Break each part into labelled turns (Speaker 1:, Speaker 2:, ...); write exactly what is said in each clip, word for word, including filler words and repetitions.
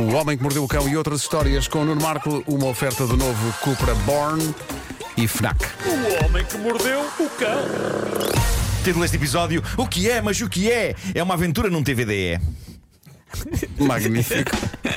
Speaker 1: O Homem que Mordeu o Cão e outras histórias com o Nuno Marco, uma oferta do novo Cupra Born e Fnac.
Speaker 2: O Homem que Mordeu o Cão.
Speaker 3: Título deste episódio: O que é, mas o que é? É uma aventura num T V D E.
Speaker 1: Magnífico.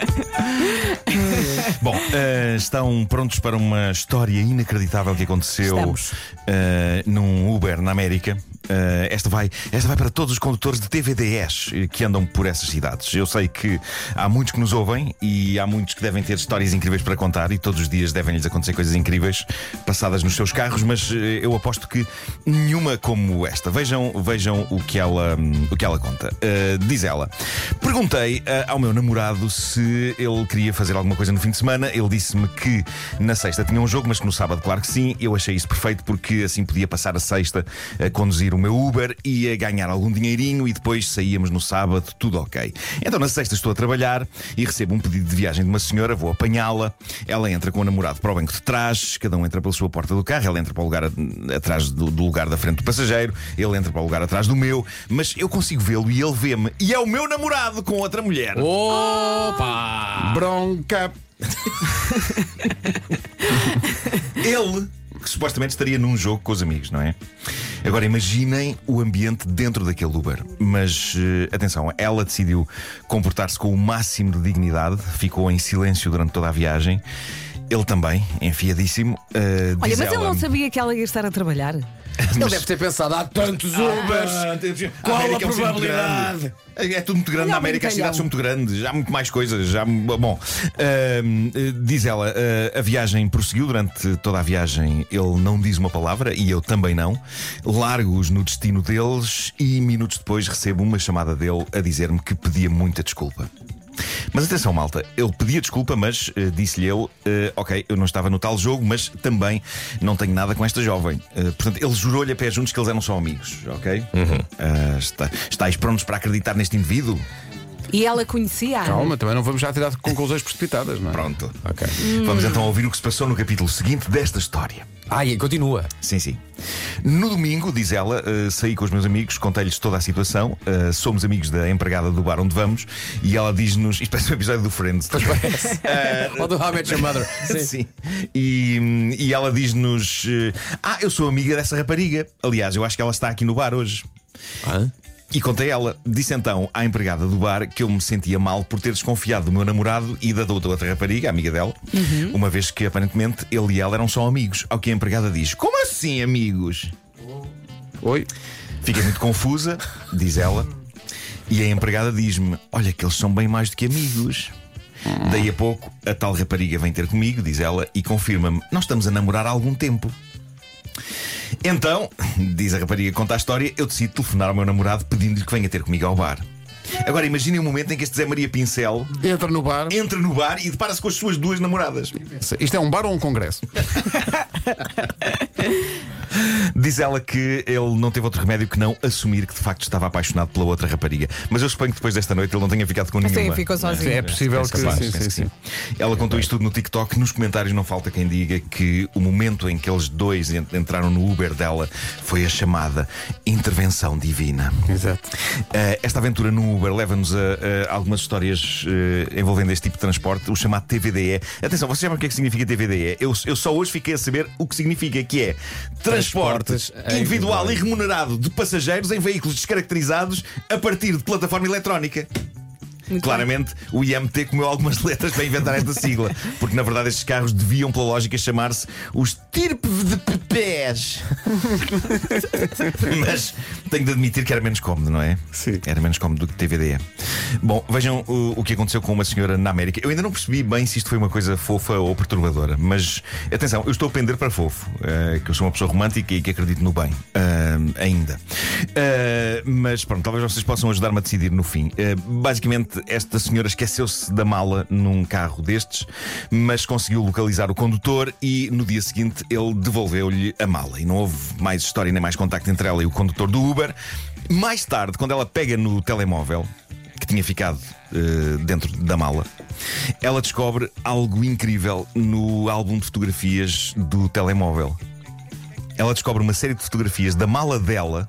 Speaker 3: Bom, uh, estão prontos para uma história inacreditável que aconteceu uh, num Uber na América. Uh, esta, vai, esta vai para todos os condutores de T V D Es que andam por essas cidades. Eu sei que há muitos que nos ouvem e há muitos que devem ter histórias incríveis para contar e todos os dias devem-lhes acontecer coisas incríveis passadas nos seus carros, mas uh, eu aposto que nenhuma como esta. Vejam, vejam o, que ela, um, o que ela conta. Uh, diz ela: Perguntei uh, ao meu namorado se ele queria fazer alguma coisa no fim de semana. Ele disse-me que na sexta tinha um jogo, mas que no sábado, claro que sim. Eu achei isso perfeito porque assim podia passar a sexta a conduzir o meu Uber, ia ganhar algum dinheirinho e depois saíamos no sábado, tudo ok. Então na sexta estou a trabalhar e recebo um pedido de viagem de uma senhora, vou apanhá-la. Ela entra com o namorado para o banco de trás, cada um entra pela sua porta do carro. Ela entra para o lugar atrás do, do lugar da frente do passageiro, ele entra para o lugar atrás do meu, mas eu consigo vê-lo e ele vê-me e é o meu namorado com outra mulher.
Speaker 1: Opa! Bronca!
Speaker 3: Ele, que supostamente estaria num jogo com os amigos, não é? Agora imaginem o ambiente dentro daquele Uber. Mas uh, atenção, ela decidiu comportar-se com o máximo de dignidade, ficou em silêncio durante toda a viagem. Ele também, enfiadíssimo. Uh,
Speaker 4: Olha, mas
Speaker 3: ela...
Speaker 4: ele não sabia que ela ia estar a trabalhar.
Speaker 1: Ele mas... deve ter pensado, há tantos Ubers. Ah,
Speaker 3: qual a, a probabilidade? É tudo muito grande na América, as cidades são muito grandes, já há muito mais coisas. Já... Bom, uh, diz ela, uh, a viagem prosseguiu. Durante toda a viagem ele não diz uma palavra e eu também não. Largo-os no destino deles e minutos depois recebo uma chamada dele a dizer-me que pedia muita desculpa. Mas atenção, malta, ele pedia desculpa, mas uh, disse-lhe eu, uh, ok, eu não estava no tal jogo, mas também não tenho nada com esta jovem. Uh, portanto, ele jurou-lhe a pé juntos que eles eram só amigos, ok? Uhum. Uh, está, estáis prontos para acreditar neste indivíduo?
Speaker 4: E ela conhecia?
Speaker 1: Calma, também não vamos já tirar conclusões precipitadas, não é?
Speaker 3: Pronto, ok. Hum. Vamos então ouvir o que se passou no capítulo seguinte desta história.
Speaker 5: Ah, e continua.
Speaker 3: Sim, sim. No domingo, diz ela, uh, saí com os meus amigos, contei-lhes toda a situação. Uh, somos amigos da empregada do bar onde vamos e ela diz-nos. Isto parece um episódio do Friends.
Speaker 5: uh, Ou do How I Met Your Mother.
Speaker 3: Sim. sim. E, e ela diz-nos: uh, Ah, eu sou amiga dessa rapariga. Aliás, eu acho que ela está aqui no bar hoje.
Speaker 5: Ah?
Speaker 3: E contei ela, disse então à empregada do bar que eu me sentia mal por ter desconfiado do meu namorado e da outra rapariga, a amiga dela, uhum. uma vez que aparentemente ele e ela eram só amigos. Ao que a empregada diz: Como assim amigos?
Speaker 1: Oi?
Speaker 3: Fiquei muito confusa, diz ela, e a empregada diz-me: Olha que eles são bem mais do que amigos. Daí a pouco a tal rapariga vem ter comigo, diz ela, e confirma-me: Nós estamos a namorar há algum tempo. Então, diz a rapariga que conta a história, eu decido telefonar ao meu namorado pedindo-lhe que venha ter comigo ao bar. Agora imaginem o momento em que este Zé Maria Pincel
Speaker 1: entra no bar
Speaker 3: Entra no bar e depara-se com as suas duas namoradas.
Speaker 1: Isto é um bar ou um congresso?
Speaker 3: Diz ela que ele não teve outro remédio que não assumir que de facto estava apaixonado pela outra rapariga. Mas eu suponho que depois desta noite ele não tenha ficado com nenhuma.
Speaker 4: Sim, ficou sozinho.
Speaker 1: É possível que,
Speaker 3: capaz,
Speaker 1: sim, sim,
Speaker 3: sim,
Speaker 1: sim.
Speaker 3: Ela contou isto tudo no TikTok. Nos comentários não falta quem diga que o momento em que eles dois entraram no Uber dela foi a chamada intervenção divina.
Speaker 1: Exato.
Speaker 3: Uh, esta aventura no Uber leva-nos a, a algumas histórias uh, envolvendo este tipo de transporte, o chamado T V D E. Atenção, vocês sabem o que é que significa T V D E? Eu, eu só hoje fiquei a saber o que significa, que é transporte individual e remunerado de passageiros em veículos descaracterizados a partir de plataforma eletrónica. Muito Claramente bem. O I M T comeu algumas letras para inventar esta sigla, porque na verdade estes carros deviam, pela lógica, chamar-se os T I R P de Pepés. Mas tenho de admitir que era menos cómodo, não é?
Speaker 1: Sim.
Speaker 3: Era menos cómodo do que T V D E. Bom, vejam o, o que aconteceu com uma senhora na América. Eu ainda não percebi bem se isto foi uma coisa fofa ou perturbadora, mas atenção, eu estou a pender para fofo, uh, que eu sou uma pessoa romântica e que acredito no bem, uh, ainda. Uh, mas pronto, talvez vocês possam ajudar-me a decidir no fim. Uh, basicamente, esta senhora esqueceu-se da mala num carro destes, mas conseguiu localizar o condutor e no dia seguinte ele devolveu-lhe a mala. E não houve mais história nem mais contacto entre ela e o condutor do Uber. Mais tarde, quando ela pega no telemóvel que tinha ficado uh, dentro da mala, ela descobre algo incrível no álbum de fotografias do telemóvel. Ela descobre uma série de fotografias da mala dela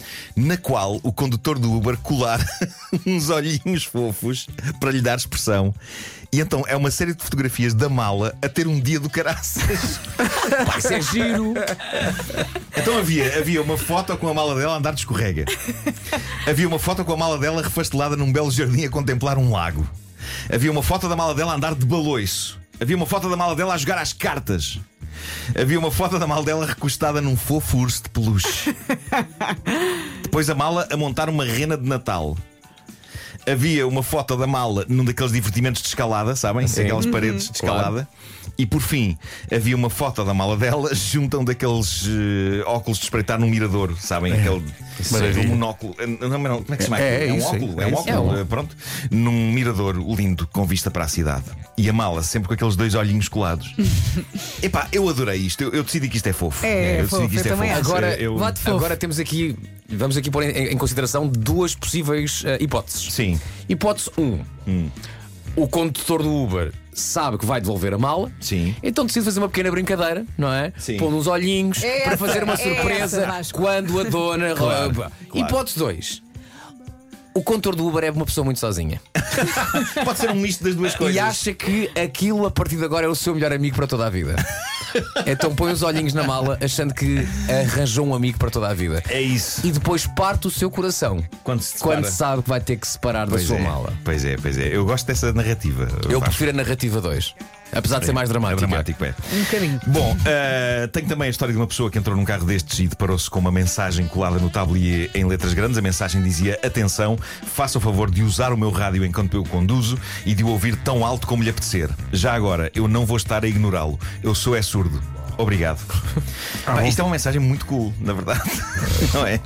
Speaker 3: na qual o condutor do Uber colar uns olhinhos fofos para lhe dar expressão. E então é uma série de fotografias da mala a ter um dia do caraças.
Speaker 5: Pá, isso é giro.
Speaker 3: Então havia, havia uma foto com a mala dela a andar de escorrega. Havia uma foto com a mala dela refastelada num belo jardim a contemplar um lago. Havia uma foto da mala dela a andar de baloiço. Havia uma foto da mala dela a jogar às cartas. Havia uma foto da mala dela recostada num fofo urso de peluche. Depois a mala a montar uma rena de Natal. Havia uma foto da mala num daqueles divertimentos de escalada, sabem?
Speaker 5: Sim.
Speaker 3: Aquelas paredes de escalada.
Speaker 5: Claro.
Speaker 3: E por fim, havia uma foto da mala dela junto a um daqueles uh, óculos de espreitar num mirador, sabem?
Speaker 1: É.
Speaker 3: Aquele
Speaker 1: Maravilha.
Speaker 3: um monóculo. Não, não, como é que se chama?
Speaker 1: É, é
Speaker 3: um
Speaker 1: isso,
Speaker 3: óculo.
Speaker 1: é
Speaker 3: É um
Speaker 1: isso.
Speaker 3: óculo,
Speaker 5: É um-
Speaker 3: uh, pronto. Num mirador lindo com vista para a cidade. E a mala sempre com aqueles dois olhinhos colados. Epá, eu adorei isto. Eu, eu decidi que isto é fofo.
Speaker 4: É, é
Speaker 3: eu
Speaker 4: fofo,
Speaker 3: decidi que isto
Speaker 4: eu
Speaker 3: é
Speaker 4: também
Speaker 3: fofo.
Speaker 4: acho.
Speaker 5: Agora,
Speaker 3: eu...
Speaker 4: Voto fofo.
Speaker 5: Agora temos aqui, vamos aqui pôr em, em consideração duas possíveis uh, hipóteses.
Speaker 3: Sim.
Speaker 5: Hipótese um: o condutor do Uber sabe que vai devolver a mala,
Speaker 3: Sim.
Speaker 5: então decide fazer uma pequena brincadeira, não é?
Speaker 3: Sim.
Speaker 5: Pondo uns olhinhos
Speaker 4: É
Speaker 5: para
Speaker 4: essa,
Speaker 5: fazer uma
Speaker 4: é
Speaker 5: surpresa
Speaker 4: essa, Vasco.
Speaker 5: quando a dona
Speaker 3: Claro,
Speaker 5: rouba.
Speaker 3: claro.
Speaker 5: Hipótese dois: o condutor do Uber é uma pessoa muito sozinha
Speaker 3: Pode ser um misto das duas coisas.
Speaker 5: e acha que aquilo a partir de agora é o seu melhor amigo para toda a vida. Então põe os olhinhos na mala achando que arranjou um amigo para toda a vida.
Speaker 3: É isso.
Speaker 5: E depois parte o seu coração
Speaker 3: Quando se
Speaker 5: quando
Speaker 3: separa.
Speaker 5: sabe que vai ter que se separar da
Speaker 3: Pois
Speaker 5: sua
Speaker 3: é,
Speaker 5: mala.
Speaker 3: Pois é, pois é. Eu gosto dessa narrativa.
Speaker 5: Eu
Speaker 3: Vasco.
Speaker 5: prefiro a narrativa dois, apesar de ser mais
Speaker 3: É
Speaker 5: dramática.
Speaker 3: dramático, é.
Speaker 4: Um bocadinho.
Speaker 3: Bom, uh, tenho também a história de uma pessoa que entrou num carro destes e deparou-se com uma mensagem colada no tablier em letras grandes. A mensagem dizia: atenção, faça o favor de usar o meu rádio enquanto eu conduzo e de o ouvir tão alto como lhe apetecer. Já agora, eu não vou estar a ignorá-lo. Eu sou é surdo. Obrigado. Pá, isto é uma mensagem muito cool, na verdade. Não é?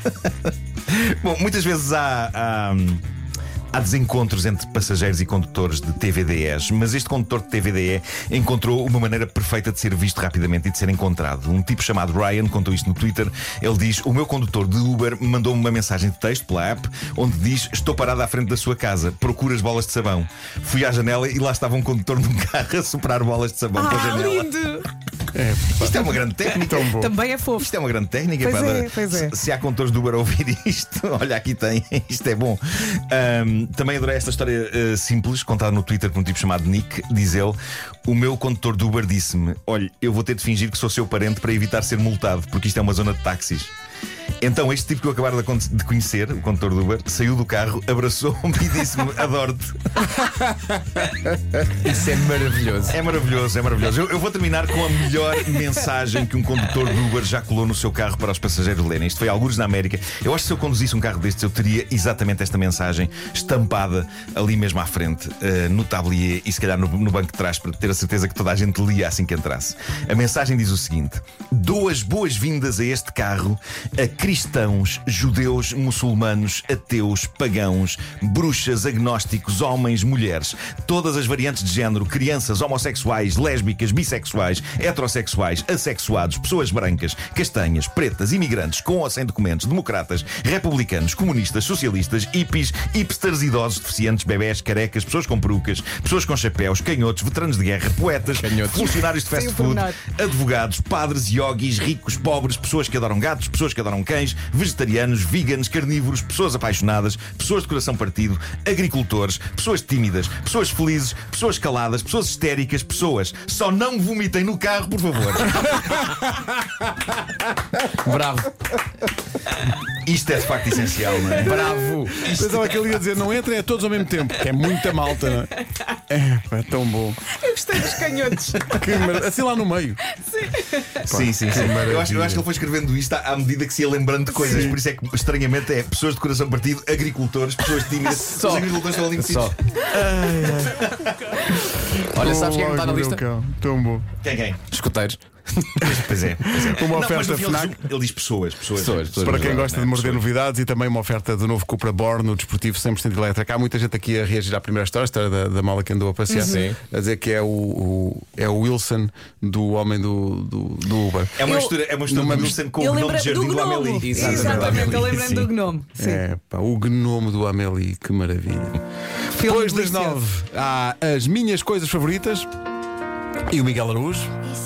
Speaker 3: Bom, muitas vezes há. há Há desencontros entre passageiros e condutores de T V D Es, mas este condutor de T V D E encontrou uma maneira perfeita de ser visto rapidamente e de ser encontrado. Um tipo chamado Ryan contou isto no Twitter. Ele diz: o meu condutor de Uber mandou-me uma mensagem de texto pela app onde diz: estou parado à frente da sua casa, procura as bolas de sabão. Fui à janela e lá estava um condutor de um carro a soprar bolas de sabão pela
Speaker 4: Ah,
Speaker 3: janela.
Speaker 4: lindo!
Speaker 3: Isto é uma grande técnica.
Speaker 1: Tão bom.
Speaker 4: Também é fofo.
Speaker 3: Isto é uma grande técnica.
Speaker 4: Pois
Speaker 3: pá,
Speaker 4: é,
Speaker 3: da-
Speaker 4: pois é.
Speaker 3: Se, se há condutores do Uber a ouvir isto, olha, aqui tem, isto é bom. Ahm, também adorei esta história ah, simples, contada no Twitter por um tipo chamado Nick. Diz ele: o meu condutor do Uber disse-me: olha, eu vou ter de fingir que sou seu parente para evitar ser multado, porque isto é uma zona de táxis. Então este tipo que eu acabara de acon- de conhecer, o condutor do Uber, saiu do carro, abraçou-me e disse-me: adoro-te.
Speaker 5: Isso é maravilhoso.
Speaker 3: É maravilhoso, é maravilhoso. Eu, eu vou terminar com a melhor mensagem que um condutor do Uber já colou no seu carro para os passageiros lerem. Isto foi algures na América. Eu acho que se eu conduzisse um carro destes, eu teria exatamente esta mensagem estampada ali mesmo à frente, uh, no tablier e se calhar no, no banco de trás, para ter a certeza que toda a gente lia assim que entrasse. A mensagem diz o seguinte: dou as boas-vindas a este carro a cristãos, judeus, muçulmanos, ateus, pagãos, bruxas, agnósticos, homens, mulheres, todas as variantes de género, crianças, homossexuais, lésbicas, bissexuais, heterossexuais, assexuados, pessoas brancas, castanhas, pretas, imigrantes, com ou sem documentos, democratas, republicanos, comunistas, socialistas, hippies, hipsters, idosos, deficientes, bebés, carecas, pessoas com perucas, pessoas com chapéus, canhotos, veteranos de guerra, poetas,
Speaker 5: Canhotos.
Speaker 3: funcionários de fast
Speaker 4: Sim, o
Speaker 3: food,
Speaker 4: pormenor.
Speaker 3: advogados, padres, yogis, ricos, pobres, pessoas que adoram gatos, pessoas que adoram cães, vegetarianos, veganos, carnívoros, pessoas apaixonadas, pessoas de coração partido, agricultores, pessoas tímidas, pessoas felizes, pessoas caladas, pessoas histéricas, pessoas. Só não vomitem no carro, por favor.
Speaker 5: Bravo,
Speaker 3: Isto é de facto essencial, não é?
Speaker 5: bravo.
Speaker 1: Pensava que ele ia dizer: não entrem a todos ao mesmo tempo, que é muita malta, não é? É, pá, tão bom.
Speaker 4: Eu gostei dos canhotos.
Speaker 1: Que mar- Assim lá no meio.
Speaker 3: Sim, sim, sim. Eu acho, eu acho que ele foi escrevendo isto à à medida que se ia lembrando de coisas. Por isso é que, estranhamente, é pessoas de coração partido, agricultores, pessoas tímidas.
Speaker 5: Só.
Speaker 3: Os agricultores estão ali metidos.
Speaker 5: Só. Olha, sabes quem é que está na
Speaker 1: Ai,
Speaker 5: lista?
Speaker 1: Cão. Tão bom.
Speaker 3: Quem, quem?
Speaker 5: Escuteiros.
Speaker 3: Pois é. Pois é.
Speaker 1: Uma
Speaker 3: Não,
Speaker 1: oferta
Speaker 3: mas no fim ele
Speaker 1: FNAC.
Speaker 3: diz- Ele diz pessoas. Pessoas.
Speaker 5: Pessoas, pessoas.
Speaker 1: Para quem
Speaker 3: Pessoas,
Speaker 1: gosta
Speaker 3: né?
Speaker 1: de morder
Speaker 3: Pessoas.
Speaker 1: novidades, e também uma oferta do novo Cupra Born no desportivo cem por cento elétrico. Há muita gente aqui a reagir à primeira história, a história da, da mala que andou a passear,
Speaker 5: Sim.
Speaker 1: a dizer que é o, o- é o Wilson do homem do, do, do Uber.
Speaker 3: É uma
Speaker 4: Eu-
Speaker 3: mistura, é uma mistura
Speaker 1: Numa
Speaker 3: do
Speaker 1: mis-
Speaker 3: Wilson com
Speaker 4: Eu
Speaker 3: o gnomo
Speaker 4: lembro
Speaker 3: de jardim
Speaker 4: do
Speaker 3: do
Speaker 4: gnomo.
Speaker 3: Amélie.
Speaker 5: Exatamente.
Speaker 4: Exatamente, eu
Speaker 3: Amélie,
Speaker 4: lembrei
Speaker 3: sim.
Speaker 4: do gnomo. Sim.
Speaker 1: É, pá, o gnomo do Amélie, que maravilha.
Speaker 4: Filme
Speaker 1: Depois das
Speaker 4: delicioso.
Speaker 1: nove, há as minhas coisas favoritas e o Miguel Araújo.